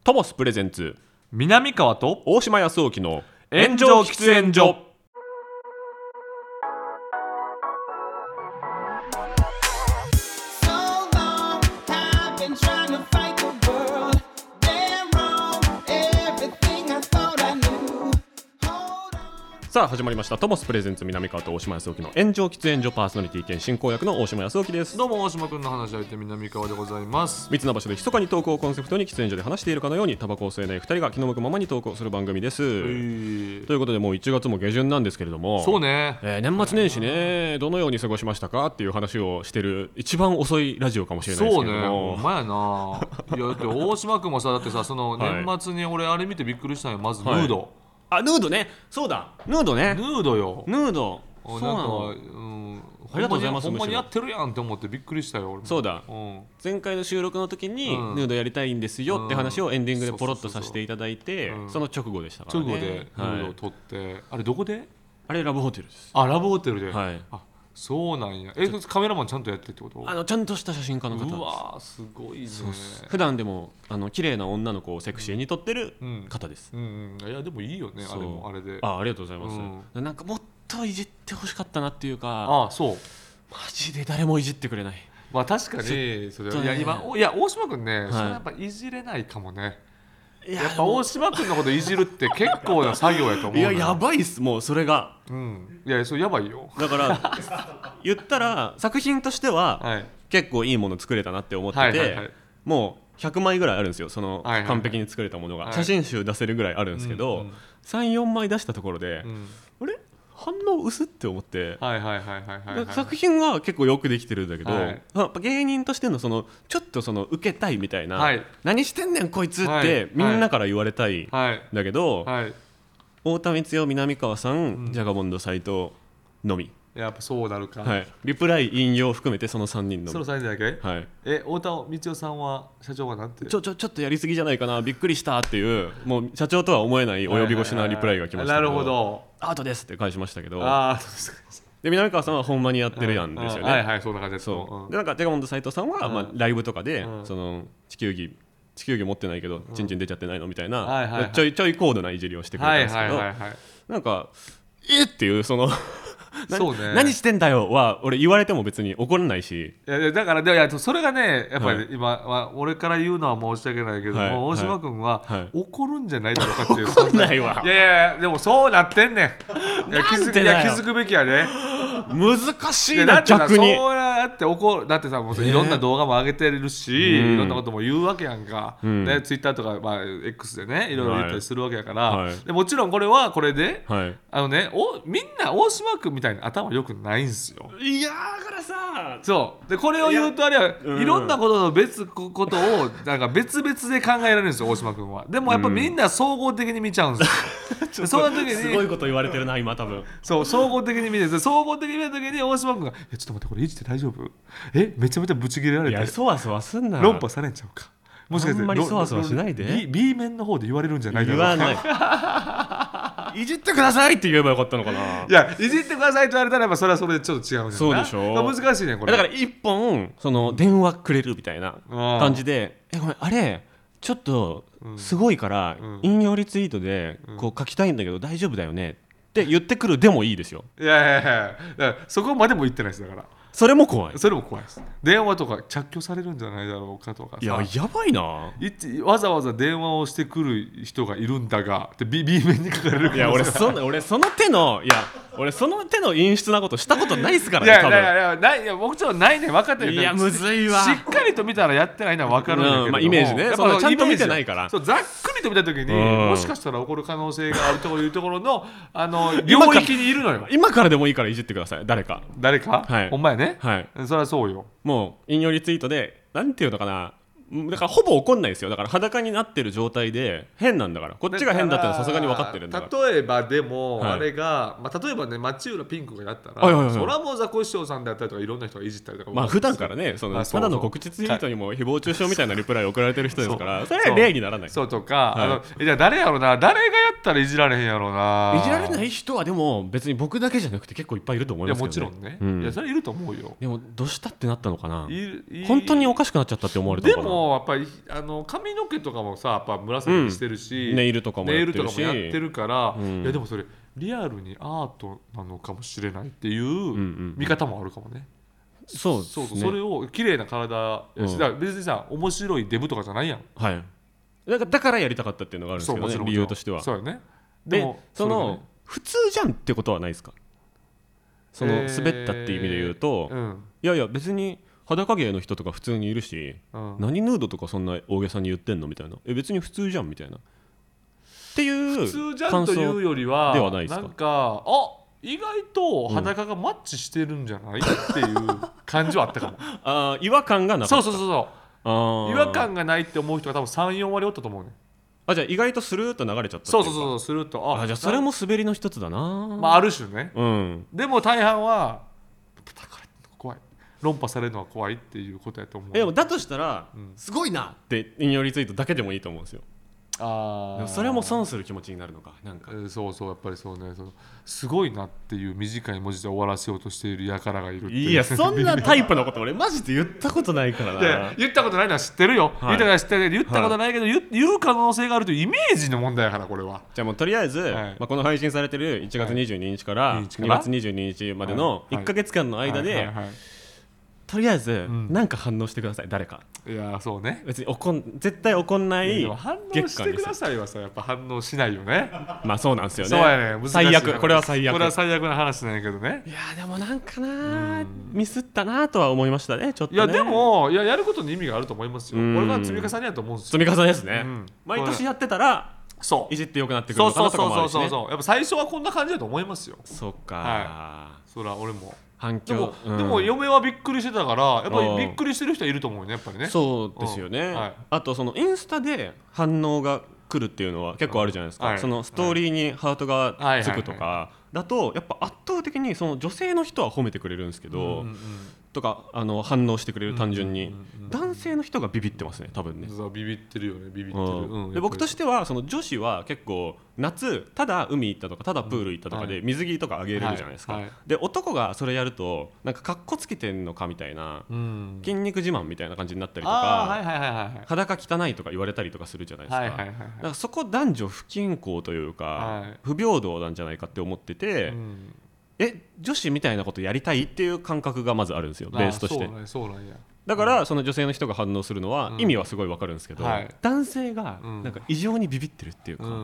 トモスプレゼンツ南川と大島康沖の炎上喫煙所。 さあ始まりましたトモスプレゼンツ南川と大島康沖の炎上喫煙所、パーソナリティ兼進行役の大島康沖です。 どうも大島くんの話し相手南川でございます。 密な場所で密かにトークをコンセプトに喫煙所で話しているかのようにタバコを吸えない2人が気の向くままにトークをする番組です、ということでもう1月も下旬なんですけれども、 そうね、 年末年始ね、どのように過ごしましたかっていう話をしてる一番遅いラジオかもしれないですけれども。 そうね、ほんまやな。いやだって大島くんもさ、だってさ、その年末に俺あれ見てびっくりしたんよ。まずヌード、 あ、ヌードね、そうだ、ヌードね、 ヌードよ、 ヌード、そうなの、ありがとうございます。 ほんまにやってるやんって思ってびっくりしたよ。俺もそうだ、前回の収録の時に、ヌードやりたいんですよって話をエンディングでポロッとさせていただいて、その直後でしたからね。 直後でヌードを撮って、あれどこで？ あれラブホテルです。 あ、ラブホテルで、 はい、 あ、そうなんや。カメラマンちゃんとやってってこと？ ちゃんとした写真家の方です。 うわー、すごいね。 普段でも綺麗な女の子をセクシーに撮ってる方です、 いやでもいいよね、あれもあれで。 ありがとうございます、なんかもっといじってほしかったなっていうか。 あ、そう、 マジで誰もいじってくれない。 まあ確かにそれ、いや今、いや大島君ね、それやっぱいじれないかもね。やっぱ大島君のこといじるって結構な作業やと思う。 いや、やばいっす、もうそれが、 いや、それやばいよ。 だから言ったら作品としては、結構いいもの作れたなって思ってて、もう100枚ぐらいあるんですよ、その完璧に作れたものが、写真集出せるぐらいあるんですけど、3、4枚出したところで、あれ反応薄って思って、作品は結構よくできてるんだけど、やっぱ芸人としてのちょっと受けたいみたいな、何してんねんこいつってみんなから言われたいんだけど、太田光代、南川さん、ジャガモンド斉藤のみ。 やっぱそうなるか、 リプライ引用含めてその3人のみ。 その3人だけ、太田光代さんは社長はなんて、 ちょっとやりすぎじゃないかな、びっくりしたっていう、もう社長とは思えない及び腰なリプライが来ましたけど、 なるほど、 アートですって返しましたけど、 で南川さんはほんまにやってるやんですよね。 そんな感じです。 でなんかジャガモンド斉藤さんは、ライブとかで、その地球儀持ってないけどチンチン出ちゃってないのみたいな、ちょい高度ないじりをしてくれたんですけど、なんかっていう何してんだよは俺言われても別に怒らないし、 だからそれがね、やっぱり今は俺から言うのは申し訳ないけども、大島君は怒るんじゃないだろうかっていう。 怒んないわ。 いやでもそうなってんねん。気づくべきやね。 難しいな、逆に。 そうやってだってさ、もういろんな動画も上げてるし、いろんなことも言うわけやんか、ツイッターとか、X でねいろいろ言ったりするわけやから、でもちろんこれはこれで、みんな大島君みたいに頭良くないんすよ。 いやだからさ、 そうで、これを言うとあれは、いろんなことのことをなんか別々で考えられるんですよ、大島君は。でもやっぱみんな総合的に見ちゃうんですよ。そんな時にすごいこと言われてるな今多分。 そう、総合的に見て、総合的に見た時に大島君がちょっと待って、これいじって大丈夫？めちゃめちゃブチ切れられて、 いやそわそわすんな、 論破されんちゃうか、もしかしてあんまりそわそわしないで。 B 面の方で言われるんじゃないだろうか。 言わないいじってくださいって言えばよかったのかな。 いや、いじってくださいと言われたらそれはそれでちょっと違うんですよ。 そうでしょ、 難しいねこれ。 だから一本電話くれるみたいな感じで、ごめんあれちょっとすごいから引用リツイートでこう書きたいんだけど大丈夫だよねって言ってくるでもいいですよ。 いやだからそこまでも言ってないです。だからそれも怖い。 それも怖いです。電話とか着去されるんじゃないだろうかとかさ。 いややばいな。 わざわざ電話をしてくる人がいるんだがって B 面に書かれる。 いや俺その手の陰湿なことしたことないっすからね。 いやもちろんないね、分かってる。 いやむずいわ。 しっかりと見たらやってないのは分かるんだけども、 イメージね、ちゃんと見てないから。 そう、ざっくりと見た時にもしかしたら起こる可能性があるというところの領域にいるのよ。 今からでもいいからいじってください、誰か。 ほんまやね。それはそうよ。 もう引用リツイートでなんていうのかな、だからほぼ怒んないですよ。だから裸になってる状態で変なんだから、こっちが変だってのはさすがに分かってるんだから。 例えばでも、あれが、例えばね、町浦ピンクがやったら、それはもうザコシショウさんであったりとかいろんな人がいじったりとか、 普段からね、ただの告知ツイートにも誹謗中傷みたいなリプライ送られてる人ですから、それは例にならない。 そうとか、じゃあ誰やろな、誰がやったらいじられへんやろな。 いじられない人はでも別に僕だけじゃなくて結構いっぱいいると思いますけどね。 いやもちろんね、いやそれいると思うよ。 でもどうしたってなったのかな。本当におかしくなっちゃったって思われたのかな。 でもやっぱり髪の毛とかもさやっぱ紫にしてるし、 ネイルとかもやってるし、 やってるから、いやでもそれリアルにアートなのかもしれないっていう見方もあるかもね。 そうですね。 それを綺麗な体やし、だから別にさ面白いデブとかじゃないやん。 はい。だからやりたかったっていうのがあるんですけどね、理由としては。 そうよね。 でも普通じゃんってことはないですか。その滑ったっていう意味で言うと、いやいや別に裸芸の人とか普通にいるし、何ヌードとかそんな大げさに言ってんのみたいな、別に普通じゃんみたいなっていう普通じゃんというよりはではないですか。 なんか意外と裸がマッチしてるんじゃない、っていう感じはあったかも。 違和感がなかった。 そう違和感がないって思う人が多分 3,4 割おったと思うね。 じゃあ意外とスルーッと流れちゃったっていうか。 そうスルーッと。 じゃあそれも滑りの一つだな。 ある種ね、でも大半は叩かれるのが怖い、論破されるのは怖いっていうことやと思う。 でもだとしたら、すごいなって引用リツイートだけでもいいと思うんですよ。でもそれも損する気持ちになるのか、なんか、 そうやっぱりそうね、すごいなっていう短い文字で終わらせようとしている輩がいるっていう。 いやそんなタイプのこと俺マジで言ったことないからな。 言ったことないのは知ってるよ、言ったことないけど、言う可能性があるというイメージの問題やから、これは。 じゃあもうとりあえず、この配信されてる1月22日から2月22日までの1ヶ月間の間でとりあえず何か反応してください、誰か。 いやそうね、 別に絶対怒んない。 反応してくださいはさ、やっぱ反応しないよね。 まあそうなんですよね。 そうやね、 最悪、これは最悪。 これは最悪な話なんやけどね。 いやでもなんかな、ミスったなとは思いましたね、ちょっとね。 いやでもやることに意味があると思いますよ。これが積み重ねやと思うんですよ。 積み重ねですね。毎年やってたらいじってよくなってくるのかなとかもあるしね。 やっぱ最初はこんな感じだと思いますよ。 そっか、 そら俺も反響でも嫁はびっくりしてたから、やっぱりびっくりしてる人いると思うね、やっぱりね。 そうですよね。あとそのインスタで反応が来るっていうのは結構あるじゃないですか。そのストーリーにハートがつくとかだとやっぱ圧倒的にその女性の人は褒めてくれるんですけど、とか反応してくれる、単純に男性の人がビビってますね、多分ね。 ビビってるよね、ビビってる。 で僕としてはその女子は結構夏ただ海行ったとかただプール行ったとかで水着とかあげれるじゃないですか。で男がそれやるとなんかカッコつけてんのかみたいな、筋肉自慢みたいな感じになったりとか、裸汚いとか言われたりとかするじゃないですか。だからそこ男女不均衡というか不平等なんじゃないかって思ってて、女子みたいなことやりたいっていう感覚がまずあるんですよ、ベースとして。だからその女性の人が反応するのは意味はすごい分かるんですけど、男性がなんか異常にビビってるっていうか、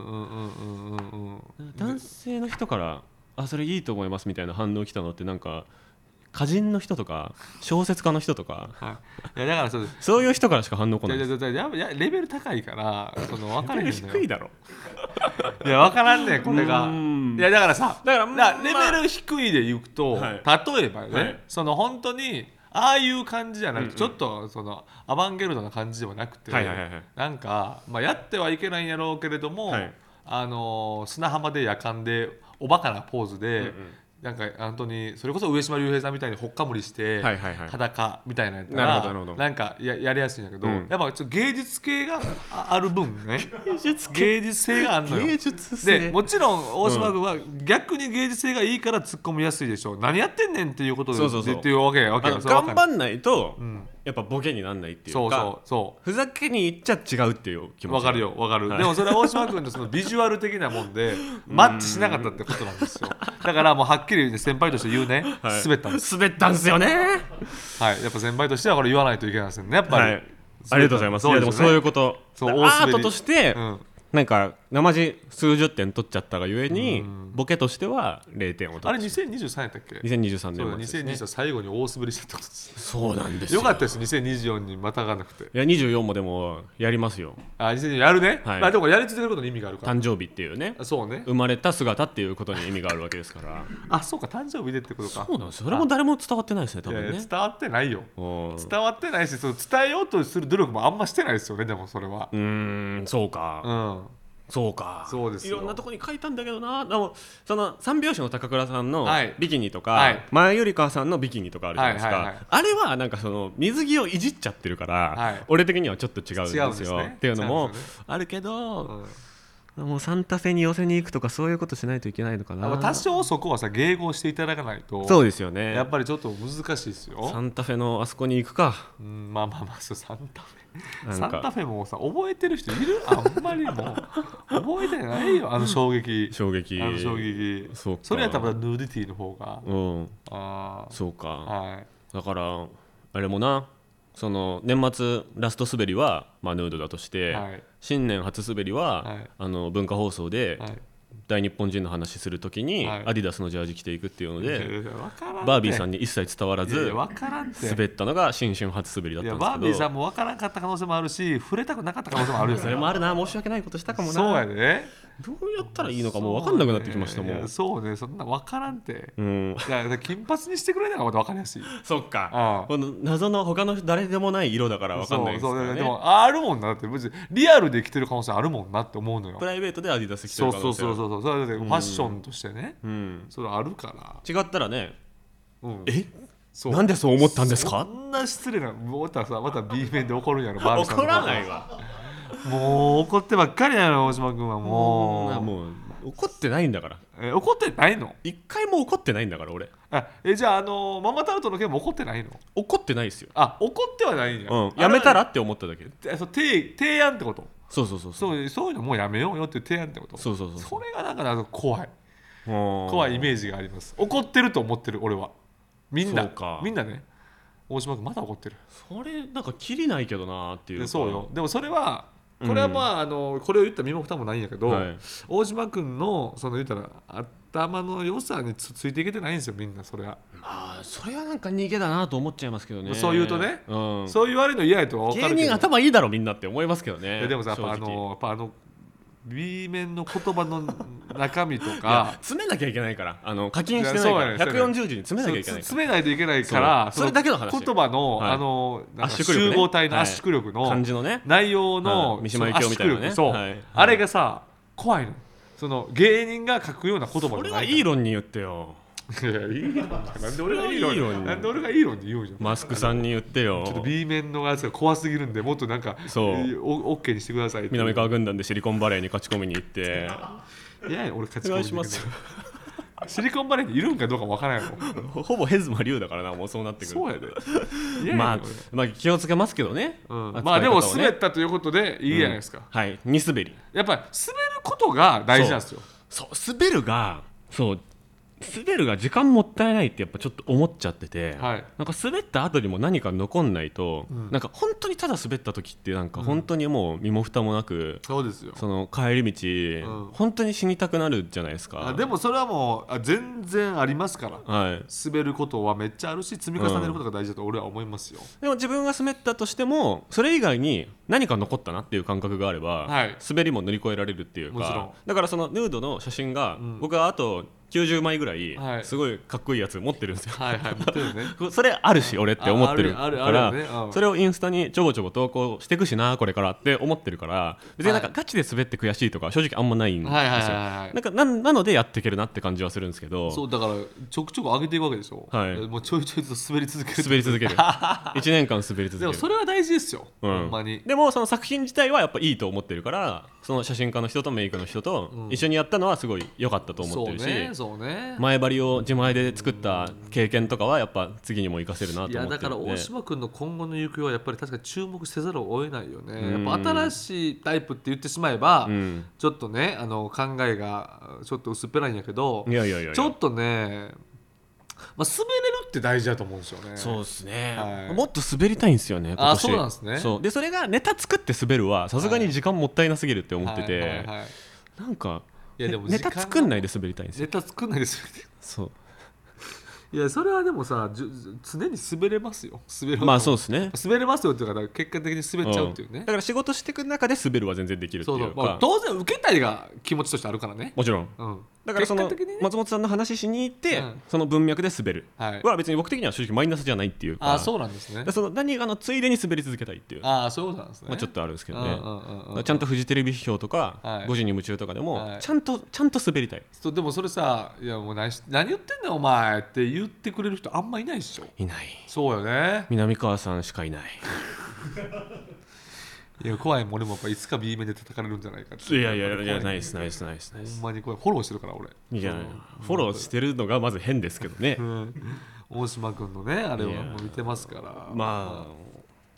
男性の人からそれいいと思いますみたいな反応来たのってなんか歌人の人とか小説家の人とか、 いやだからそういう人からしか反応来ない。 レベル高いから分からへんのよ。 低いだろ。 いや分からんね、これが。いやだからさ、レベル低いで言うと、例えばね、その本当にああいう感じじゃなくて、ちょっとそのアバンギャルドな感じではなくて、なんかやってはいけないんやろうけれども、砂浜で夜間でおバカなポーズで、なんか本当にそれこそ上島竜兵さんみたいにほっかむりして裸みたいなやったらなんかやりやすいんだけど、やっぱちょっと芸術系がある分ね、芸術性があるのよ。でもちろん大島君は逆に芸術性がいいから突っ込みやすいでしょ。何やってんねんっていうことでっていうわけや。 頑張んないとやっぱボケになんないっていうか、ふざけにいっちゃ違うっていう気持ち。 わかるよわかる。でもそれは大島君のそのビジュアル的なもんでマッチしなかったってことなんですよ。だからもうはっきり言って先輩として言うね、滑ったんです。 滑ったんですよね。 はい、やっぱ先輩としてはこれ言わないといけないですよね、やっぱり。 ありがとうございます。いやでもそういうこと、アートとしてなんか生地数十点取っちゃったがゆえにボケとしては0点を取っちゃう。 あれ2023やったっけ。 2023年末ですね。2023最後に大滑りしたってことです。 そうなんですよ。 よかったです、2024にまたがなくて。いや24もでもやりますよ。 2024やるね。でもやり続けることに意味があるから。 誕生日っていうね。 そうね。 生まれた姿っていうことに意味があるわけですから。 そうか、誕生日でってことか。 そうなんです。それも誰も伝わってないですね、多分ね。 伝わってないよ。伝わってないし、伝えようとする努力もあんましてないですよね。でもそれは。 そうか。そうか。 そうですよ。 いろんなとこに書いたんだけどな。でもその三拍子の高倉さんのビキニとか、前よりかさんのビキニとかあるじゃないですか。あれはなんかその水着をいじっちゃってるから、俺的にはちょっと違うんですよ。っていうのもあるけど、もうサンタフェに寄せに行くとかそういうことしないといけないのかな。 多少そこはさ迎合していただかないと。 そうですよね。 やっぱりちょっと難しいですよ。 サンタフェのあそこに行くか。 まあサンタフェ。 サンタフェもさ覚えてる人いる？あんまりもう覚えてないよ、あの衝撃。 衝撃。 そうか。それやったらヌーディティの方が。 そうか、 はい、 だからあれもな、その年末ラスト滑りは、まあ、ヌードだとして、はい、新年初滑りは、はい、文化放送で、はい、大日本人の話するときに、はい、アディダスのジャージ着ていくっていうので、バービーさんに一切伝わらず滑ったのが新春初滑りだったんですけど、 バービーさんも分からんかった可能性もあるし、触れたくなかった可能性もあるよね。 それもあるな、申し訳ないことしたかもな。 そうやね。 どうやったらいいのかもう分かんなくなってきましたもん。 そうね、そんな分からんって、いや金髪にしてくれないのがまた分かりやすい。 そっか、この謎の他の誰でもない色だから分かんないですからね。 でもあるもんなって、リアルで着てる可能性あるもんなって思うのよ。 プライベートでアディダス着てる可能性ある。 そうそれでファッションとしてね、それあるから。 違ったらね、なんでそう思ったんですか。 そんな失礼な、また B 面で怒るんやろ。 怒らないわ。 もう怒ってばっかりやろ大島君は。もう怒ってないんだから。 怒ってないの？ 一回も怒ってないんだから俺。 じゃあママタルトの件も怒ってないの？ 怒ってないですよ。 怒ってはないんや。 やめたらって思っただけ。 提案ってこと？ そういうのもうやめようよっていう提案ってこと？ それがなんか怖いイメージがあります。怒ってると思ってる俺は。みんなね。大島君まだ怒ってる。 それなんかキリないけどなっていうか。 そうよ。でもそれはこれはまあ、これを言った身も蓋もないんやけど、大島君のその言ったら頭の良さについていけてないんですよみんな。それはそれはなんか逃げだなと思っちゃいますけどね。 そう言うとね、そう言われるの嫌やとは分かるけど、 芸人頭いいだろみんなって思いますけどね。 でもさ、やっぱB 面の言葉の中身とか詰めなきゃいけないから、課金してないから140字に詰めなきゃいけないから、 詰めないといけないから、 それだけの話。 言葉の、集合体の圧縮力の漢字のね、 内容の三島由紀夫みたいなね、 あれがさ怖いの。その芸人が書くような言葉じゃないから。 それはいい論に言ってよ。 なんで俺がいい論に言うじゃん。 マスクさんに言ってよ。 ちょっと B 面のやつが怖すぎるんで、もっとなんかOK にしてくださいって。 南川軍団でシリコンバレーに勝ち込みに行って。 いや俺勝ち込みに行く。シリコンバレーにいるんかどうかわからないの。ほぼヘズマリュウだからな、もうそうなってくる。 そうやで。 まあ気をつけますけどね。 まあでも滑ったということでいいじゃないですか。 はい、2滑り。やっぱり滑ることが大事なんですよ。 滑るが時間もったいないってやっぱちょっと思っちゃってて、なんか滑った後にも何か残んないと、なんか本当にただ滑った時ってなんか本当にもう身も蓋もなく、 そうですよ。 その帰り道、本当に死にたくなるじゃないですか。 でもそれはもう全然ありますから、滑ることはめっちゃあるし、積み重ねることが大事だと俺は思いますよ。 でも自分が滑ったとしてもそれ以外に何か残ったなっていう感覚があれば、滑りも乗り越えられるっていうか、だからそのヌードの写真が、僕はあと90枚ぐらいすごいかっこいいやつ持ってるんですよ。それあるし俺って思ってるから、それをインスタにちょこちょこ投稿していくしなこれからって思ってるから、別になんかガチで滑って悔しいとか正直あんまないんですよ。なのでやっていけるなって感じはするんですけど。 そうだからちょくちょく上げていくわけでしょ。もうちょいちょいと滑り続ける 1年間滑り続ける。 でもそれは大事ですよ、ほんまに。 でもその作品自体はやっぱいいと思ってるから、その写真家の人とメイクの人と一緒にやったのはすごい良かったと思ってるし、前張りを自前で作った経験とかはやっぱ次にも活かせるなと思ってるんで。 いやだから大島君の今後の行方はやっぱり確かに注目せざるを得ないよね。やっぱ新しいタイプって言ってしまえば、ちょっとね考えがちょっと薄っぺらいんやけど、ちょっとね、滑れるって大事だと思うんですよね。 そうですね、もっと滑りたいんですよね今年。 そうなんですね。 でそれがネタ作って滑るはさすがに時間もったいなすぎるって思ってて、なんかネタ作んないで滑りたいんですよ。 ネタ作んないで滑りたい。 そう。 いやそれはでもさ常に滑れますよ。 まあそうですね。 滑れますよっていうか結果的に滑っちゃうっていうね。 だから仕事していく中で滑るは全然できるっていうか。 当然受けたいが気持ちとしてあるからね。 もちろん。だからその松本さんの話しに行ってその文脈で滑るは別に僕的には正直マイナスじゃないっていうか。 そうなんですね。 その何がついでに滑り続けたいっていう。 そういうことなんですね。 ちょっとあるんですけどね。ちゃんとフジテレビ批評とか5時に夢中とかでもちゃんと滑りたい。 でもそれさ、いやもう何言ってんだよお前って言ってくれる人あんまいないでしょ。 いない。 そうよね。 南川さんしかいない。 いや怖いもん。俺もやっぱいつか B 面で叩かれるんじゃないかって。 いやナイス。ほんまにこれフォローしてるから俺。 いやフォローしてるのがまず変ですけどね。 大島君のねあれはもう見てますから。 まあ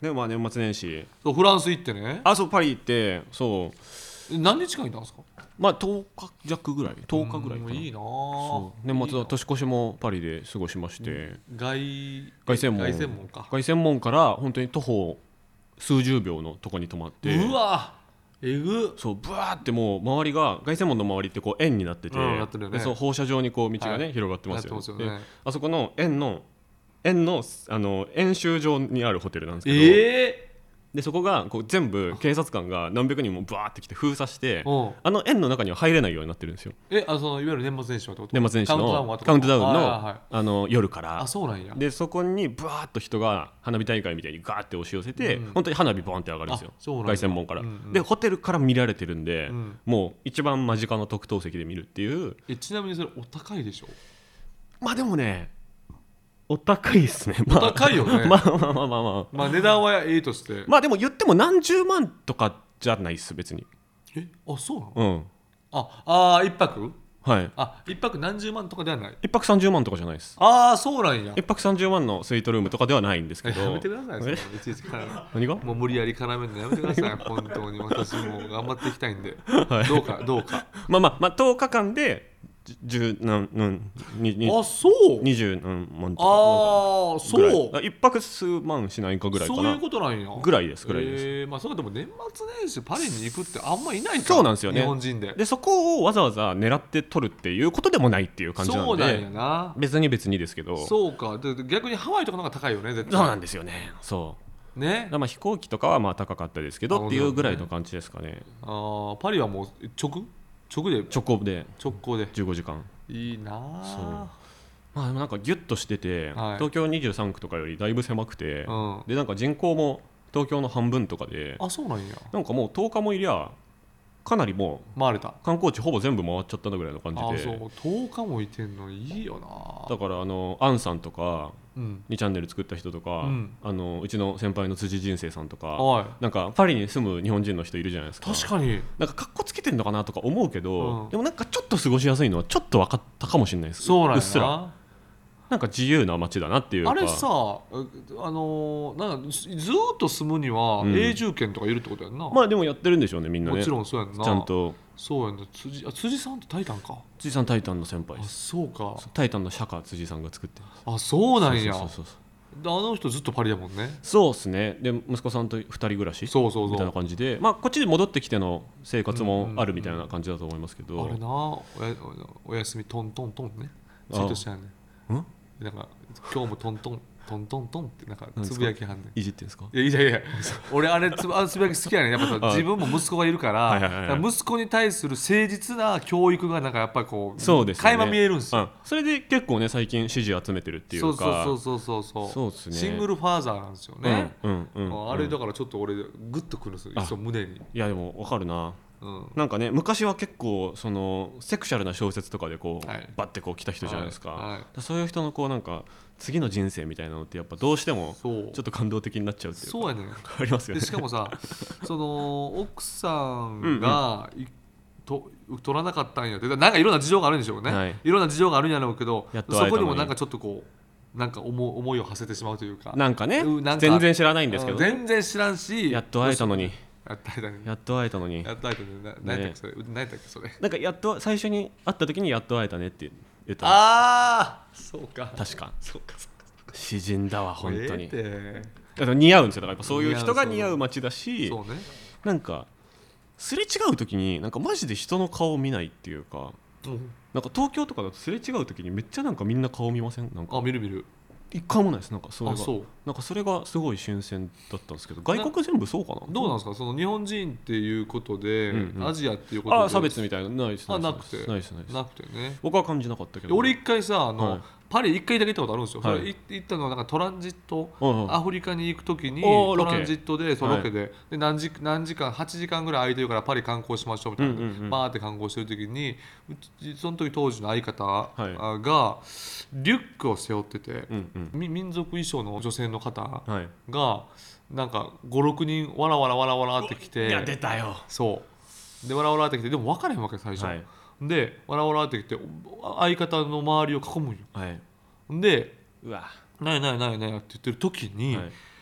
でまあ年末年始そうフランス行ってね。 そうパリ行って、そう何日間いたんですか？ まあ10日弱ぐらい、10日ぐらいかな。 いいな。 そう年末は年越しもパリで過ごしまして、 凱旋門から本当に徒歩数十秒のとこに泊まって、 うわえぐ。 そうブワーってもう周りが凱旋門の周りってこう円になってて、 なってるよね、 でそう放射状にこう道がね、広がってますよね。であそこの円の円周上にあるホテルなんですけど、でそこがこう全部警察官が何百人もブワーって来て封鎖して、円の中には入れないようになってるんですよ。 そのいわゆる年末年始はってこと？ 年末年始のカウントダウンの夜から。 そうなんや。 でそこにブワーっと人が花火大会みたいにガーって押し寄せて、本当に花火ボンって上がるんですよ、凱旋門から。でホテルから見られてるんで、もう一番間近の特等席で見るっていう。 ちなみにそれお高いでしょ？ まあでもねお高いですね。 お高いよね。 まあ値段はとして。 まあでも言っても何十万とかじゃないっす別に。 そうなの？一泊？ はい。 一泊何十万とかではない？ 一泊30万とかじゃないです。 そうなんや。 一泊30万のスイートルームとかではないんですけど。 やめてください。いちいち何が？ もう無理やり絡めるのやめてください。本当に私も頑張っていきたいんで。どうか。 まあ10日間で10何そう 20何万とかそう一泊数万しないかぐらいかな。 そういうことなんや。 ぐらいです。 まあそうでも年末年始パリに行くってあんまいないか。 そうなんですよね、 日本人で。 でそこをわざわざ狙って取るっていうことでもないっていう感じなので。 そうなんやな。 別にですけど。 そうか。で逆にハワイとかの方が高いよね絶対。 そうなんですよね。そうね。まあ飛行機とかはまあ高かったですけどっていうぐらいの感じですかね。 パリはもう直行で 15時間。 いいなあ。 まあでもなんかギュッとしてて、東京23区とかよりだいぶ狭くて、でなんか人口も東京の半分とかで、 そうなんや。 なんかもう10日もいりゃかなりもう回れた。 観光地ほぼ全部回っちゃったぐらいの感じで。 そう10日もいてんのいいよな。 だからアンさんとか2チャンネル作った人とか、うちの先輩の辻人生さんとか、なんかパリに住む日本人の人いるじゃないですか。 確かになんかカッコつけてんのかなとか思うけど、でもなんかちょっと過ごしやすいのはちょっと分かったかもしれないです。 そうなんやな。 うっすらなんか自由な街だなっていうか。 あれさ、なんかずっと住むには永住権とかいるってことやんな。 まあでもやってるんでしょうねみんなね。 もちろんそうやんな。 ちゃんと。 そうやんな。辻さんってタイタンか。 辻さんタイタンの先輩です。 そうか。 タイタンの釈迦辻さんが作ってる。そうなんや。 そうあの人ずっとパリやもんね。 そうですね。で息子さんと2人暮らしみたいな感じで、まあこっちに戻ってきての生活もあるみたいな感じだと思いますけど。 あれな、おやすみトントントンね。ツイートしたよね。なんか今日もトントントントントンってなんかつぶやきはんねん。 いじってんですか？ いや俺あれつぶやき好きやねん。やっぱさ自分も息子がいるから、息子に対する誠実な教育がなんかやっぱりこう垣間見えるんですよ。 それで結構ね最近支持集めてるっていうか。 そうですね。シングルファーザーなんですよね。あれだからちょっと俺グッとくるんですよ胸に。 いやでも分かるな。なんかね昔は結構そのセクシャルな小説とかでこう、バッてこう来た人じゃないですか、そういう人のこうなんか次の人生みたいなのってやっぱどうしてもちょっと感動的になっちゃうっていうか。 そうやねん。 ありますよね。 しかもさその奥さんが取らなかったんやってなんかいろんな事情があるんでしょうね、いろんな事情があるんやろうけど、そこにもなんかちょっとこうなんか思いを馳せてしまうというか、 なんかね全然知らないんですけど、 全然知らんし、 やっと会えたのにやっと会えたのにやっと会えたのに何やったっけそれ、何やったっけそれ、 なんかやっと最初に会った時にやっと会えたねって言った。 そうか確か。 そうか詩人だわ本当に。だから似合うんですよ。だからやっぱそういう人が似合う街だし、なんかすれ違う時になんかマジで人の顔を見ないっていうか、なんか東京とかだとすれ違う時にめっちゃなんかみんな顔見ません？なんか見る一回もないです。なんかそれがなんかそれがすごい新鮮だったんですけど、外国全部そうかな。 どうなんですか、その日本人っていうことで、アジアっていうことで差別みたいなないです。 なくてね。 僕は感じなかったけど。 俺一回さパリ1回だけ行ったことあるんですよ、行ったのはなんかトランジット、アフリカに行くときにトランジットでロケで何時間8時間ぐらい空いてるからパリ観光しましょうみたいな、バーって観光してるときにその時当時の相方がリュックを背負ってて、民族衣装の女性の方がなんか 5,6 人わらわらってきて、 いや出たよ。 そうでわらってきて、でも分からへんわけ最初、でわらってきて相方の周りを囲むんよ、で「ない」って言ってる時に、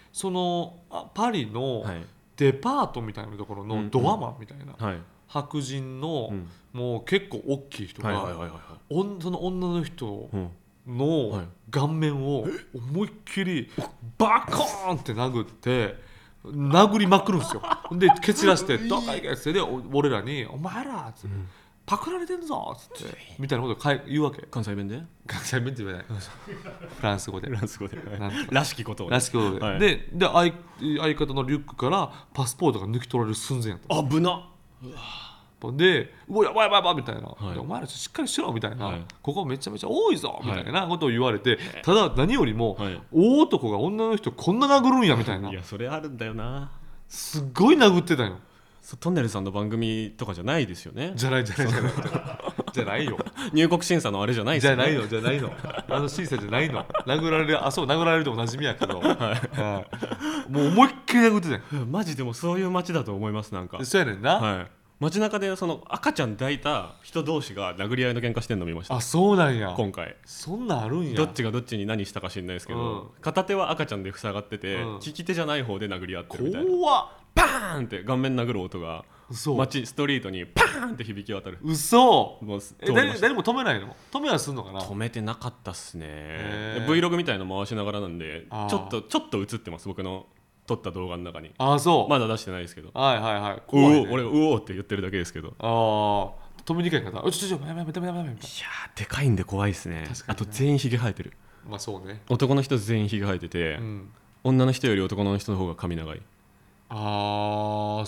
そのパリのデパートみたいなところのドアマンみたいな、白人のもう結構大きい人がその女の人の顔面を思いっきりバコーンって殴って殴りまくるんですよ。で蹴散らして「どっか行け」ってで俺らに「お前ら」っつって「パクられてんぞ」っつってみたいなことを言うわけ。 関西弁で関西弁って言わないフランス語でらしきことをらしきことで、で相方のリュックからパスポートが抜き取られる寸前やった。 危なで「うわやばいやばいやばい」みたいな、お前らしっかりしろみたいな、ここめちゃめちゃ多いぞみたいなことを言われて、ただ何よりも、大男が女の人こんな殴るんやみたいな。 いやそれあるんだよな。 すっごい殴ってたよ。 トンネルさんの番組とかじゃないですよね。 じゃないよ。 入国審査のあれじゃないですよね。 じゃないの審査じゃないの。殴られるでおなじみやけど、もう思いっきり殴ってたよ。 マジでもそういう街だと思います。なんかそうやねんな。 街中でその赤ちゃん抱いた人同士が殴り合いの喧嘩してんの見ました。 あ、そうなんや。 今回そんなんあるんや。 どっちがどっちに何したか知んないですけど、片手は赤ちゃんで塞がってて、利き手じゃない方で殴り合ってるみたいな。 怖っ。 パーンって顔面殴る音が街ストリートにパーンって響き渡る。 嘘。誰も止めないの？止めはすんのかな？ 止めてなかったっすね。Vlog みたいなの回しながらなんでちょっと映ってます、僕の撮った動画の中に。 そうまだ出してないですけど。 怖いね。 俺うおって言ってるだけですけど。 止めにくい方。やめみたいな。いやでかいんで怖いですね。あと全員ひげ生えてる。 まあそうね。 男の人全員ひげ生えてて、女の人より男の人の方が髪長い。 そう、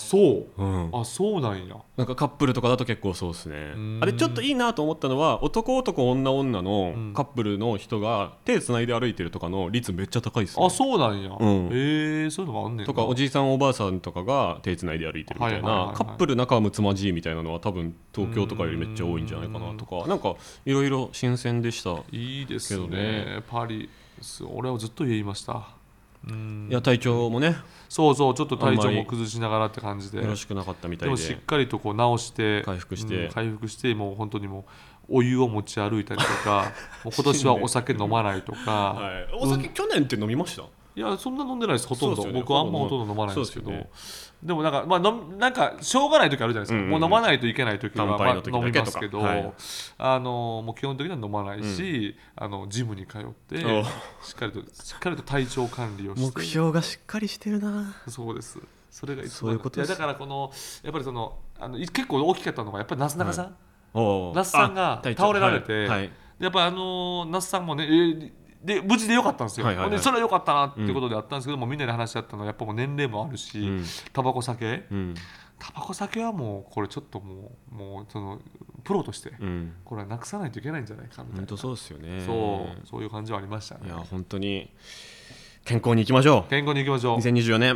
そうなんや。 なんかカップルとかだと結構そうですね。あれちょっといいなと思ったのは、男女女のカップルの人が手つないで歩いてるとかの率めっちゃ高いですね。 そうなんや。そういうのもあんねんな。 とかおじいさんおばあさんとかが手つないで歩いてるみたいな、カップル仲睦まじいみたいなのは多分東京とかよりめっちゃ多いんじゃないかなとか、なんかいろいろ新鮮でした。 いいですね。パリ俺はずっと家いました。 いや体調もね、 そうちょっと体調も崩しながらって感じでよろしくなかったみたいで、 でもしっかりとこう治して回復してもう本当にもうお湯を持ち歩いたりとかもう今年はお酒飲まないとか、 お酒去年って飲みました？ いやそんな飲んでないです、ほとんど。僕はあんまほとんど飲まないんですけど、でもなんか、なんかしょうがない時あるじゃないですか、もう飲まないといけない時は飲みますけど、もう基本的には飲まないし、ジムに通ってしっかりと体調管理をして。 目標がしっかりしてるな。 そうです。それが一番。だからこのやっぱりその結構大きかったのがやっぱりなすなかさん、那須さんが倒れられて、やっぱ那須さんもねで無事でよかったんですよ。でそれはよかったなっていうことであったんですけども、みんなで話し合ったのはやっぱもう年齢もあるし、タバコ酒はもうこれちょっともうそのプロとしてこれはなくさないといけないんじゃないかみたいな。 本当そうですよね。 そういう感じはありましたね。 いや本当に健康にいきましょう。2024年。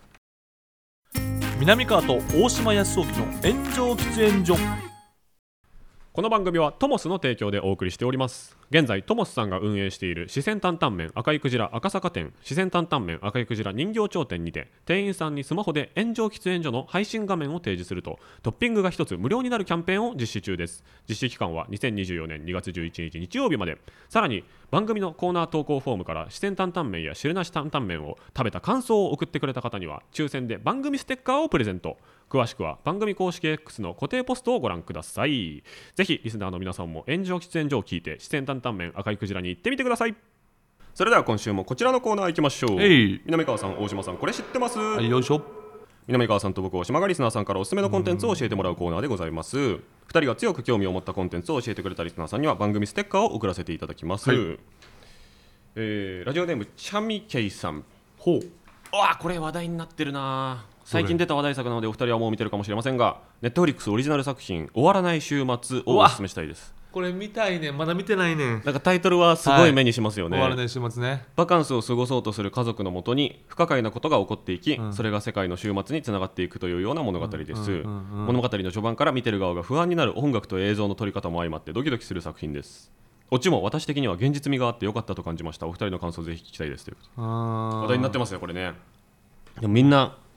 南川と大島康雄の炎上喫煙所。 この番組はトモスの提供でお送りしております。現在トモスさんが運営している四川担々麺赤いクジラ赤坂店、四川担々麺赤いクジラ人形町店にて、店員さんにスマホで炎上喫煙所の配信画面を提示するとトッピングが1つ無料になるキャンペーンを実施中です。実施期間は2024年2月11日日曜日まで。さらに番組のコーナー投稿フォームから四川担々麺や汁なし担々麺を食べた感想を送ってくれた方には抽選で番組ステッカーをプレゼント。詳しくは番組公式 X の固定ポストをご覧ください。ぜひリスナーの皆さんも炎上喫煙所を聞いて四川担々麺赤いクジラに行ってみてください。それでは今週もこちらのコーナー行きましょう。南川さん大島さん、これ知ってます？ よいしょ。 南川さんと僕大島がリスナーさんからおすすめのコンテンツを教えてもらうコーナーでございます。2人が強く興味を持ったコンテンツを教えてくれたリスナーさんには番組ステッカーを送らせていただきます。ラジオネームチャミケイさん。これ話題になってるな。最近出た話題作なのでお二人はもう見てるかもしれませんが、ネットフリックスオリジナル作品終わらない週末をおすすめしたいです。 これ見たいね。まだ見てないね。 なんかタイトルはすごい目にしますよね。 終わらない週末ね。 バカンスを過ごそうとする家族のもとに不可解なことが起こっていき、それが世界の週末につながっていくというような物語です。物語の序盤から見てる側が不安になる音楽と映像の撮り方も相まってドキドキする作品です。オチも私的には現実味があって良かったと感じました。お二人の感想をぜひ聞きたいですという話題になってますねこれね。でもみんな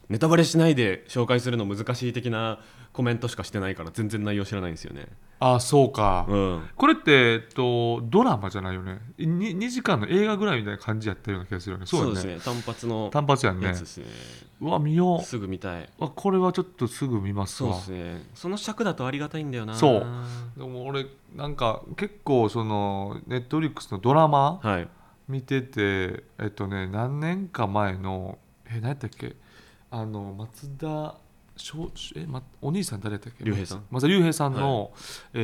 ネタバレしないで紹介するの難しい的なコメントしかしてないから全然内容知らないんですよね。 あ、そうか、 うん、 これって、ドラマじゃないよね。 2時間の映画ぐらいみたいな感じやったような気がするよね。 そうですね、単発の単発やんね。 やつですね。 うわ、見よう。 すぐ見たい。 これはちょっとすぐ見ますわ。 そうですね、その尺だとありがたいんだよな。 そうでも俺なんか結構そのネットフリックスのドラマ、 はい、 見てて何年か前の何やったっけ、松田お兄さん誰やったっけ、 竜兵さん、 松田龍平さんの、 は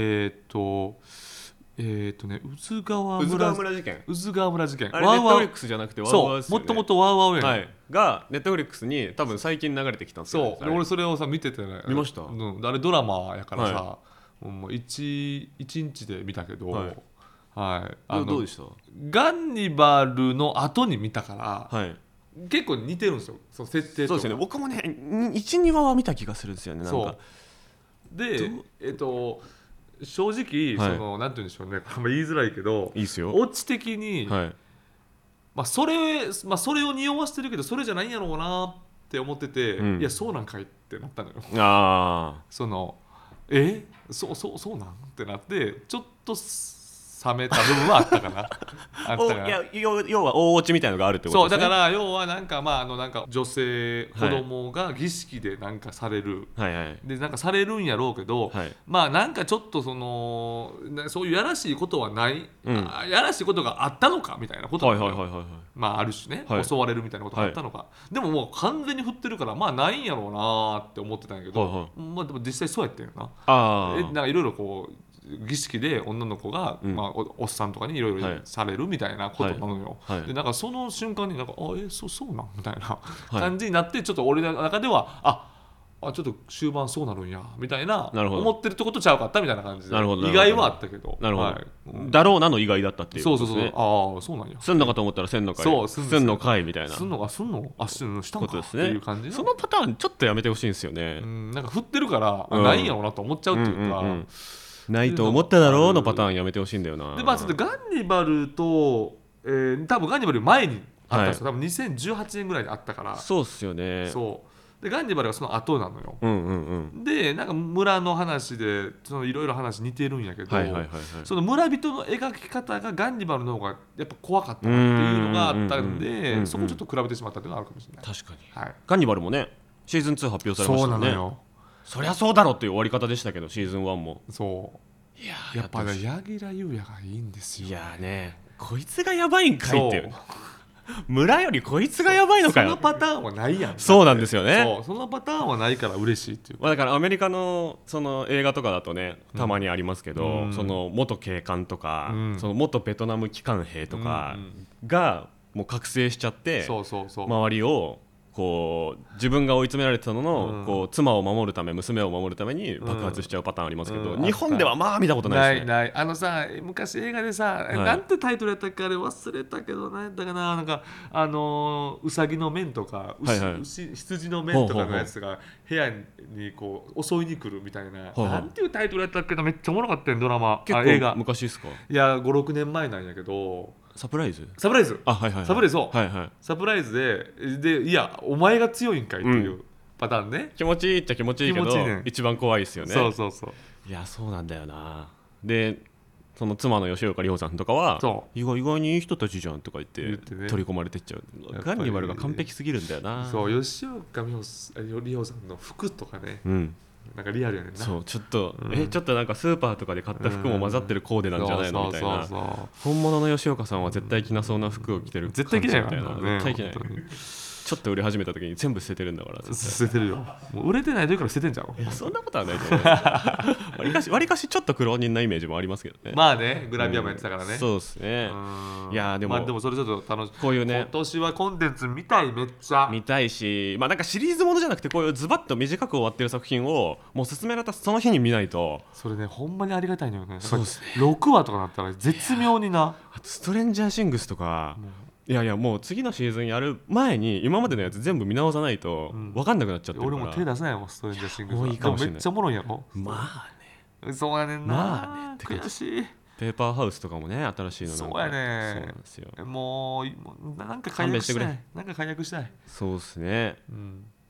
宇津川宇津川村事件、 宇津川村事件、 あれネットフリックスじゃなくてワウワウですよね。 もともとワウワウやね、 はい、がネットフリックスに多分最近流れてきたんですよ、ね、 そうで俺それをさ見ててね、 見ました、 あれドラマやからさ、 はもう一日で見たけど、 はいどうでした？ ガンニバルの後に見たから、 はい、 結構似てるんですよ、その設定と。 そうですよね、僕もね 1,2 話は見た気がするんですよね。なんかで正直、 はい、 そのなんて言うんでしょうね、言いづらいけど、 いいっすよ、 オチ的に、 はい、 それを匂わせてるけどそれじゃないんやろうなって思ってて、 うん、 いやそうなんかいってなったのよ。そのそうなんってなってちょっと冷めた部分はあったかなあったかな。 いや要は大落ちみたいなのがあるってことですね。 そうだから要はなんかなんか女性子供が儀式でなんかされる、 はいはい、 でなんかされるんやろうけど、 はい、 なんかちょっとそういうやらしいことはない、やらしいことがあったのかみたいなことが、ある種ね、襲われるみたいなことがあったのか、でももう完全に振ってるからないんやろうなって思ってたんやけど、でも実際そうやったよな。なんかいろいろこう儀式で女の子が、おっさんとかにいろいろされるみたいなことなのよ、でなんかその瞬間になんかそうなんみたいな感じになって、ちょっと俺の中ではちょっと終盤そうなるんやみたいな思ってるとことちゃうかったみたいな感じで、意外はあったけど、 なるほど、だろうなの意外だったっていうことですね。 そうなんや、 すんのかと思ったらせんのかい、すんのかいみたいな、 したんかっていう感じ。 そのパターンちょっとやめてほしいんですよね。 なんか振ってるからないんやろうなと思っちゃうっていうか、 ないと思っただろうのパターンやめてほしいんだよな。 でちょっとガンニバルと、多分ガンニバル前にあったんですよ、多分2018年ぐらいにあったから。そうっすよね。 でガンニバルがその後なのよ、でなんか村の話でいろいろ話似てるんやけど、その村人の描き方がガンニバルの方がやっぱ怖かったなっていうのがあったんで、そこちょっと比べてしまったっていうのがあるかもしれない。 確かに、ガンニバルもねシーズン2発表されましたね。そうなのよ。そりゃそうだろっていう終わり方でしたけど、シーズン1も。 いややっぱね柳楽優弥がいいんですよ。 いやね、こいつがやばいんかいっていう、村よりこいつがやばいのかよ。 そのパターンはないやん。 そうなんですよね。 そのパターンはないから嬉しいっていう、 だからアメリカのその映画とかだとねたまにありますけど、その元警官とか、その元ベトナム機関兵とかがもう覚醒しちゃって、周りをこう自分が追い詰められてたのの、こう妻を守るため娘を守るために爆発しちゃうパターンありますけど、日本では見たことないですね。 さ昔映画でさ、なんてタイトルやったっけあれ忘れたけど、何やったかな、なんかウサギの面とか羊の面とかのやつが部屋にこう襲いに来るみたいな、なんていうタイトルやったっけな、めっちゃおもろかったよドラマ。 映画昔ですか？ いや5、6年前なんやけど。 サプライズサプライズサプライズでいやお前が強いんかいっていうパターンね。 気持ちいいっちゃ気持ちいいけど、一番怖いですよね。いやそうなんだよな。でその妻の吉岡里帆さんとかは意外にいい人たちじゃんとか言って取り込まれてっちゃう。ガンニバルが完璧すぎるんだよな。 吉岡里帆さんの服とかね、なんかリアルやねんな。 そうちょっとなんかスーパーとかで買った服も混ざってるコーデなんじゃないのみたいな。本物の吉岡さんは絶対着なそうな服を着てる。 絶対着ないわ。 絶対着ない。ちょっと売れ始めた時に全部捨ててるんだから。 捨ててるよ。もう売れてない時から捨ててんじゃん。 いやそんなことはないと思う。わりかしちょっと苦労人なイメージもありますけどね。 グラビアもやってたからね。 そうですね。いやでもそれちょっと楽しい。 こういうね今年はコンテンツ見たい、めっちゃ見たいし、なんかシリーズものじゃなくてこういうズバッと短く終わってる作品をもう進められたその日に見ないと。 それねほんまにありがたいのよね。 そうですね。 6話とかなったら絶妙にな。 ストレンジャーシングスとか。いやもう次のシーズンやる前に今までのやつ全部見直さないと分かんなくなっちゃってるから、 俺も手出せないもんストレンジャーシングスは。 もういいかもしれない。 めっちゃおもろいやろ。そうやねんな。悔しい。 ペーパーハウスとかもね新しいのなんか。 そうやね。 そうなんですよ。 もうなんか解約したい。 そうですね。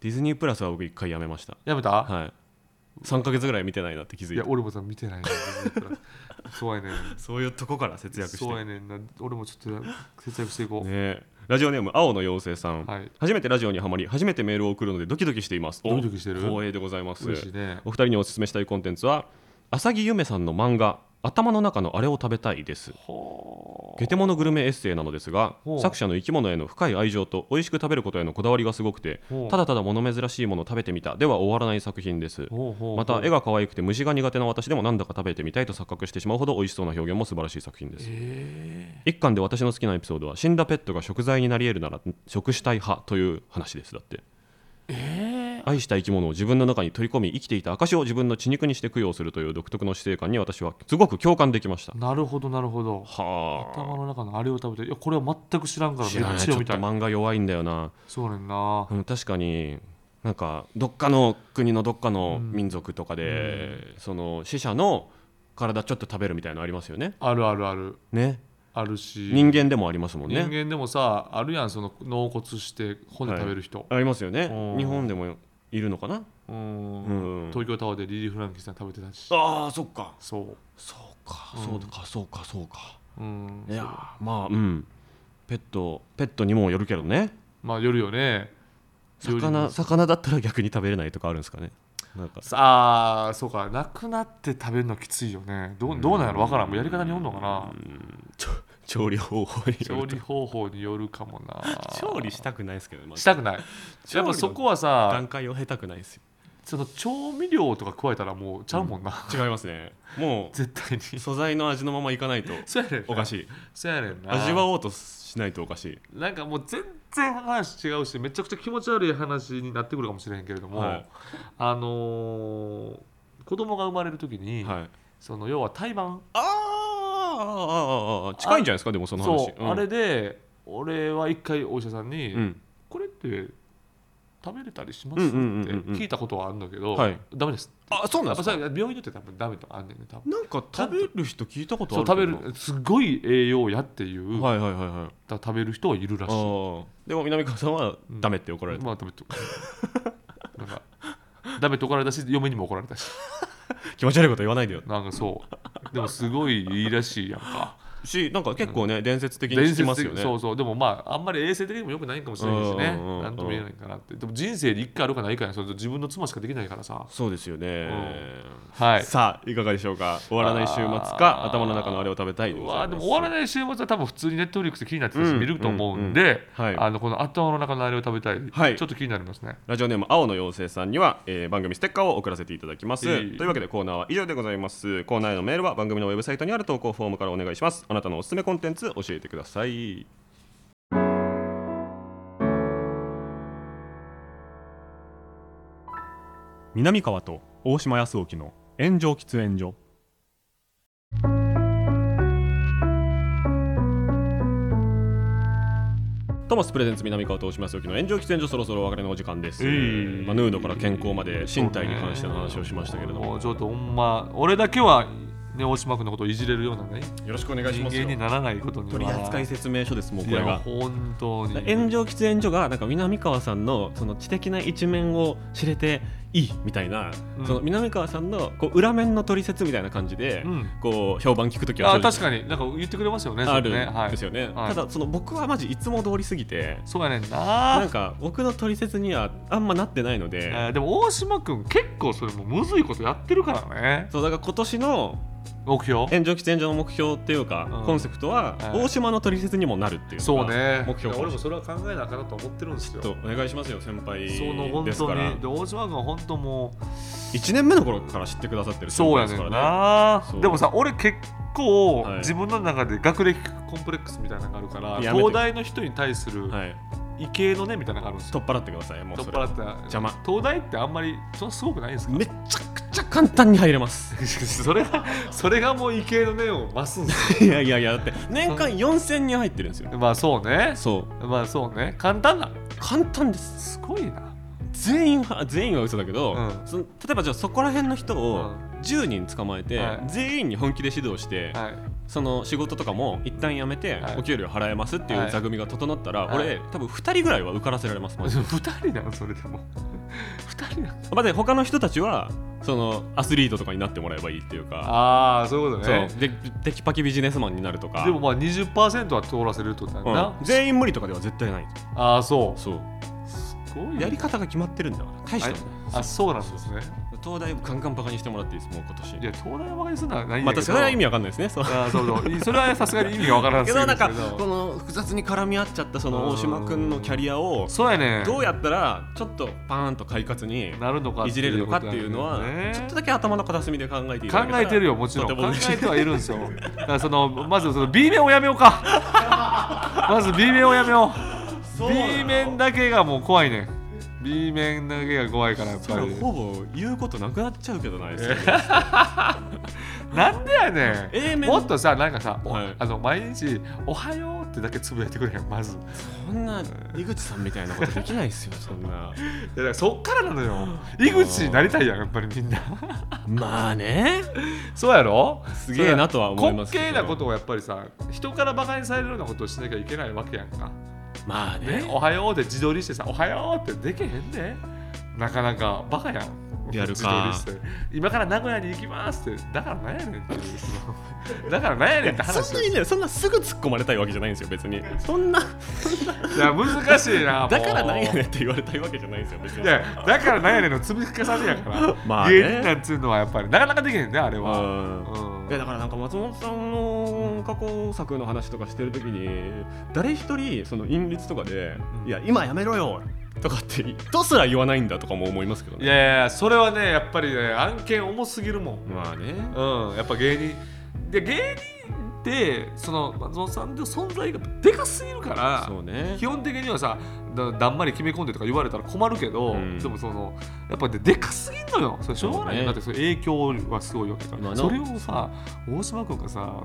ディズニープラスは僕1回やめました。 やめた？ はい。3ヶ月ぐらい見てないなって気づいて。 いや俺もさ見てないなそうやねん。 そういうとこから節約して。 そうやねんな。俺もちょっと節約していこう。 ね。ラジオネーム青の妖精さん、はい、初めてラジオにハマり初めてメールを送るのでドキドキしています。 ドキドキしてる。 光栄でございます。 嬉しいね。 お二人にお勧めしたいコンテンツは浅木ゆめさんの漫画頭の中のあれを食べたいです。ゲテモノグルメエッセイなのですが、作者の生き物への深い愛情と美味しく食べることへのこだわりがすごくて、ただただ物珍しいものを食べてみたでは終わらない作品です。また絵が可愛くて虫が苦手な私でもなんだか食べてみたいと錯覚してしまうほど美味しそうな表現も素晴らしい作品です。一巻で私の好きなエピソードは死んだペットが食材になり得るなら食したい派という話です。だって愛した生き物を自分の中に取り込み生きていた証を自分の血肉にして供養するという独特の死生観に私はすごく共感できました。 なるほどなるほど。はあ。頭の中のあれを食べて、いやこれは全く知らんからめっちゃ読みたい。 ちょっと漫画弱いんだよな。 そうねんな、 確かになんかどっかの国のどっかの民族とかで、その死者の体ちょっと食べるみたいなのありますよね。 あるあるあるね。 あるし人間でもありますもんね。 人間でもさあるやん、その納骨して骨食べる人、はい、 ありますよね。日本でもいるのかな。 東京タワーでリリー・フランキーさん食べてたし。 ああそっか。 そうか、そうか、いやまあペットにもよるけどね。 まあよるよね。 魚だったら逆に食べれないとかあるんですかね。なんかああそうか、なくなって食べるのきついよね。どうなんやろ分からん。もうやり方によるのかな。 調理方法によるかもな。 調理したくないですけど、 したくない。やっぱそこはさ段階を経たくないですよ。 その調味料とか加えたらもうちゃうもんな、 違いますね。もう絶対に素材の味のままいかないとおかしい。 そうやねんな。 味わおうとしないとおかしい。 なんかもう全然話違うしめちゃくちゃ気持ち悪い話になってくるかもしれへんけれども、はい、子供が生まれる時に、はい、その要は胎盤近いんじゃないですか。でもその話そう、あれで俺は一回お医者さんに、これって食べれたりしますって聞いたことはあるんだけど、ダメです。 あ、そうなんですか。 病院によって多分ダメとかあんねんね。多分なんか食べる人聞いたことある。 そう食べるすごい栄養やっていう、食べる人はいるらしい。 でも南川さんはダメって怒られた。 まあダメってなんかダメって怒られたし、嫁にも怒られたし気持ち悪いこと言わないでよ。 なんかそうでもすごいいいらしいやんか。 なんか結構ね、伝説的に聞きますよね。 そうでもまああんまり衛生的にもよくないかもしれないしね。なんとも言えないかなって。でも人生で1回あるかないかや、それ自分の妻しかできないからさ。 そうですよね、 はい。 さあいかがでしょうか。終わらない週末か頭の中のあれを食べたいでございます。 でも終わらない週末は多分普通にネットフリックスで気になってたし見ると思うんで、この頭の中のあれを食べたい、ちょっと気になりますね。 ラジオネーム青の妖精さんには、番組ステッカーを送らせていただきます。というわけでコーナーは以上でございます。コーナーへのメールは番組のウェブサイトにある投稿フォームからお願いします。あなたのおすすめコンテンツ教えてください。南川と大島康沖の炎上喫煙所。トモスプレゼンツ南川と大島康沖の炎上喫煙所、そろそろお別れのお時間です。ヌードから健康まで身体に関しての話をしましたけれども、 ちょっとほんま俺だけはね、大島君のことをいじれるようなね、 よろしくお願いしますよ。 人間にならないことには取扱説明書です。もうこれが本当に炎上喫煙所がなんか南川さんのその知的な一面を知れていいみたいな、その南川さんのこう裏面の取説みたいな感じで、こう評判聞くときは確かになんか言ってくれますよね。 あるんですよね。ただその僕はマジいつも通りすぎて、 そうやねんな。 なんか僕の取説にはあんまなってないので、 でも大島君結構それもむずいことやってるからね。 そうだから今年の目標、 炎上喫煙所の目標っていうか、コンセプトは大島の取説にもなるっていうそうね、 目標。 俺もそれは考えなあかんなと思ってるんですよ。 お願いしますよ先輩ですから。 その本当にで大島君は本当もう1年目の頃から知ってくださってる先輩ですからね。 そうやねんな。でもさ俺結構、自分の中で学歴コンプレックスみたいなのがあるから、東大の人に対する、異形のねみたいなのがあるんですよ。 取っ払ってください。もうそれ取っ払って邪魔。東大ってあんまりそんなすごくないんですか。 めちゃくちゃ簡単に入れますそれがもう異形の念を増すんですよ。いやだって年間4000人入ってるんですよ。 まあそうね。まあそうね。簡単です。 すごいな。 全員は嘘だけど、例えばじゃあそこら辺の人を10人捕まえて、全員に本気で指導して、 その仕事とかも一旦辞めてお給料払えますっていう座組が整ったら、俺多分2人ぐらいは受からせられます。 2人なのそれでも2人なの。 まあで他の人たちはそのアスリートとかになってもらえばいいっていうか。 ああそういうことね。 そうでテキパキビジネスマンになるとか。 でもまあ 20% は通らせるってことなんだな、 全員無理とかでは絶対ない。 ああそうすごいやり方が決まってるんだから大したもんね。 あそうなんですね。 東大ガンガンバカにしてもらっていいです。もう今年。 いや東大をバカにするのはないんだけど、またそれは意味わかんないですね。 そうそれはさすがに意味がわからないですけど、 なんかこの複雑に絡み合っちゃったその大島君のキャリアをそうやね、 どうやったらちょっとパーンと快活になるのかいじれるのかっていうのはちょっとだけ頭の片隅で考えていただけたら。 考えてるよ、もちろん考えてはいるんですよ。だからまずその B 面をやめようか。まず B 面をやめよう。B 面だけがもう怖いね。B 面だけが怖いからやっぱり。 ほぼ言うことなくなっちゃうけどないですよね。 なんでやねん。 A 面もっとさなんかさ、毎日おはようってだけつぶやいてくれへんまず。 そんな井口さんみたいなことできないですよそんな。いやだからそっからなのよ。井口になりたいやんやっぱりみんな。 まあね。 そうやろ。 すげえなとは思いますけど。 滑稽なことをやっぱりさ人からバカにされるようなことをしなきゃいけないわけやんか。 まあね、 おはようで自撮りしてさおはようってできへんで、なかなかバカやん。 やるか自撮りして今から名古屋に行きますってだからなんやねんっていうだからなんやねんって話。 そんなにねそんなすぐ突っ込まれたいわけじゃないんですよ別に。そんないや難しいな。 だからなんやねんって言われたいわけじゃないんですよ別に。 いやだからなんやねんの積み重ねやからまあ、ね、 芸人なんつうのはやっぱりなかなかできへんねあれは。 いやだからなんか松本さんの過去作の話とかしてるときに誰一人その韻律とかで、いや今やめろよとかってとすら言わないんだとかも思いますけどね。 いやいやそれはねやっぱりね案件重すぎるもん。 まあね、 やっぱ芸人ってその松本さんの存在がでかすぎるから、 そうね、 基本的にはさだんまり決め込んでとか言われたら困るけど、でもやっぱでかすぎんのよ。それしょうがないよ、だってそれ影響はすごいわけだから。それをさ大島君がさ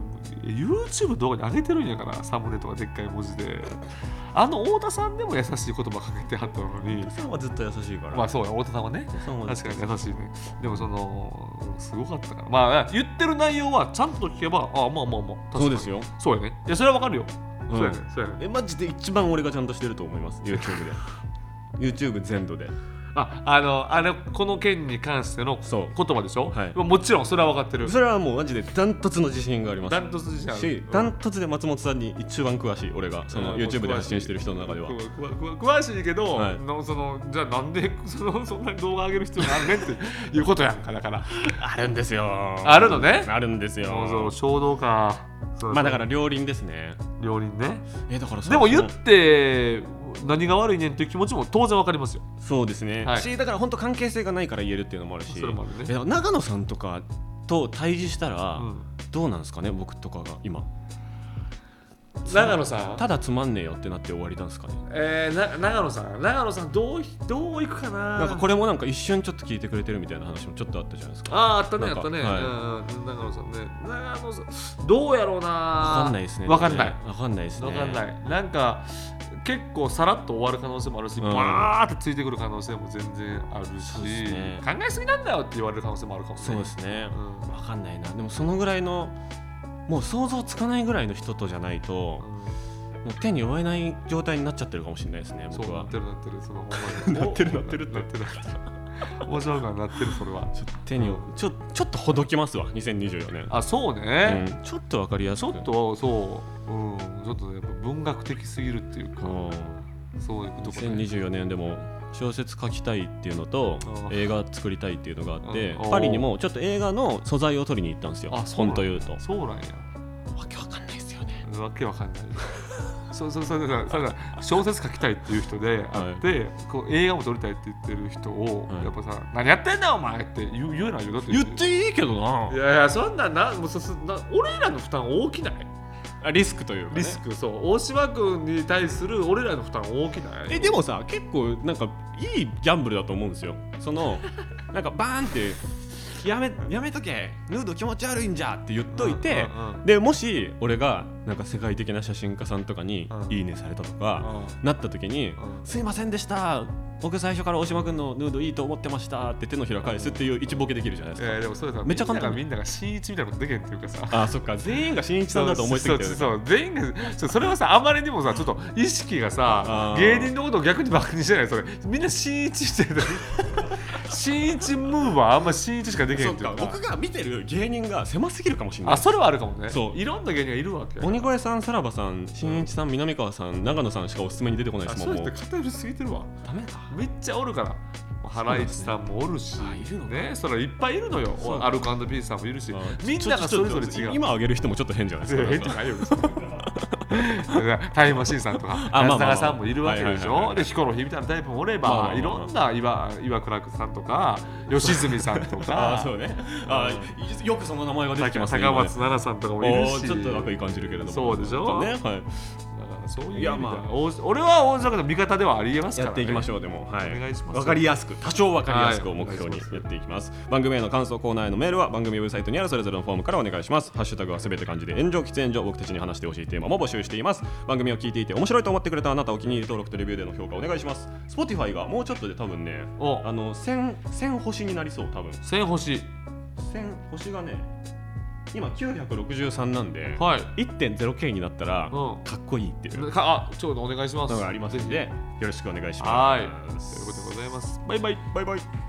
YouTube 動画に上げてるんやから、サムネとかでっかい文字で太田さんでも優しい言葉かけてはったのに。 太田さんはずっと優しいから。 まあそうや、太田さんはね確かに優しいね。でもすごかったから、まあ言ってる内容はちゃんと聞けばまあそうですよ。 そうやね。いやそれはわかるよ。そうやね。 マジで一番俺がちゃんとしてると思います YouTube で。YouTube 全土でこの件に関しての言葉でしょ。もちろんそれは分かってる。 それはもうマジでダントツの自信があります。 ダントツ自信あるし、 ダントツで松本さんに一番詳しい俺がその YouTube で発信してる人の中では詳しいけど、じゃあなんでそんなに動画上げる必要があるねんっていうことやんか。だからあるんですよ。 あるのね。 あるんですよ。 衝動か。 まあだから両輪ですね。 両輪ね。 だからでも言って何が悪いねんっていう気持ちも当然わかりますよ。 そうですね、だから本当関係性がないから言えるっていうのもあるし、長野さんとかと対峙したらどうなんですかね、僕とかが今長野さんただつまんねえよってなって終わりなんですかね。 長野さんどういくかな。 なんかこれもなんか一瞬ちょっと聞いてくれてるみたいな話もちょっとあったじゃないですか。 あったね。長野さんね。長野さんどうやろうな。 わかんないですね。 わかんないですね。 なんか結構さらっと終わる可能性もあるし、バーってついてくる可能性も全然あるし、考えすぎなんだよって言われる可能性もあるかもね。 そうですね。わかんないな。でもそのぐらいのもう想像つかないぐらいの人とじゃないと、もう手に負えない状態になっちゃってるかもしれないですね。僕は。 なってる。 なってる。 面白いからなってる。それは手にちょっとほどきますわ。2024年。 あ、そうね。 ちょっとわかりやすく。 ちょっとやっぱ文学的すぎるっていうか、そういうことか。 2024年でも小説書きたいっていうのと映画作りたいっていうのがあって、パリにもちょっと映画の素材を取りに行ったんですよ。本当言うと。 そうなんや。 わけわかんないですよね。 わけわかんない。そう小説書きたいっていう人であって、映画も撮りたいって言ってる人をやっぱさ、何やってんだお前って言えないよ。だって言っていいけどな。 いやそんな俺らの負担大きない？ リスクというか、ね、 リスク。そう大島君に対する俺らの負担大きない？ でもさ結構なんかいいギャンブルだと思うんですよ。なんかバーンってやめとけヌード気持ち悪いんじゃって言っといて、でもし俺がなんか世界的な写真家さんとかにいいねされたとかなった時に、すいませんでした僕最初から大島君のヌードいいと思ってましたって手のひら返すっていう一ボケできるじゃないですか。 でもそれさめっちゃ簡単。 みんなが新一みたいなことできへんっていうかさ、 あ、そっか、全員が新一さんだと思いすぎてる。 そう全員がそれはさ、あまりにもさちょっと意識がさ芸人のことを逆にバカにしてない。それみんな新一してる新一ムーブはあんま新一しかできへんっていうか、 僕が見てる芸人が狭すぎるかもしれない。 あ、それはあるかもね。 そう、 いろんな芸人がいるわけ。 鬼越さん、さらばさん、新一さん、南川さん、長野さんしかおすすめに出てこないですもん。 そうやって偏りすぎてるわ。 ダメか。 めっちゃおるから。ハライチさんもおるし、 いるのね、それいっぱいいるのよ。アルコ&ピースさんもいるし、みんながそれぞれ違う。 今あげる人もちょっと変じゃないですか。 変じゃないよ。タイムマシーンさんとか安永さんもいるわけでしょ。でヒコロヒーみたいなタイプもおれば、いろんな岩倉さんとか吉住さんとかそうね、よくその名前が出てきますね。 高松菜奈さんとかもいるし、 ちょっと悪意感じるけれども。 そうでしょ。 ね、はい。 そういう意味で俺は大阪の味方ではありえますからね。 やっていきましょう。でも、はい、 お願いします。 分かりやすく、多少分かりやすくを目標にやっていきます。番組への感想、コーナーへのメールは番組ウェブサイトにあるそれぞれのフォームからお願いします。ハッシュタグはすべて漢字で炎上、喫煙所、僕たちに話してほしいテーマも募集しています。番組を聞いていて面白いと思ってくれたあなた、お気に入り登録とレビューでの評価お願いします。Spotify がもうちょっとで多分ね、1000星になりそう。多分 1000星がね、今963なんで、 はい、 1.0K になったらかっこいいっていう、 ちょうどお願いします。 のがありますので、よろしくお願いします。 はい、ということでございます。バイバイ。 バイバイ。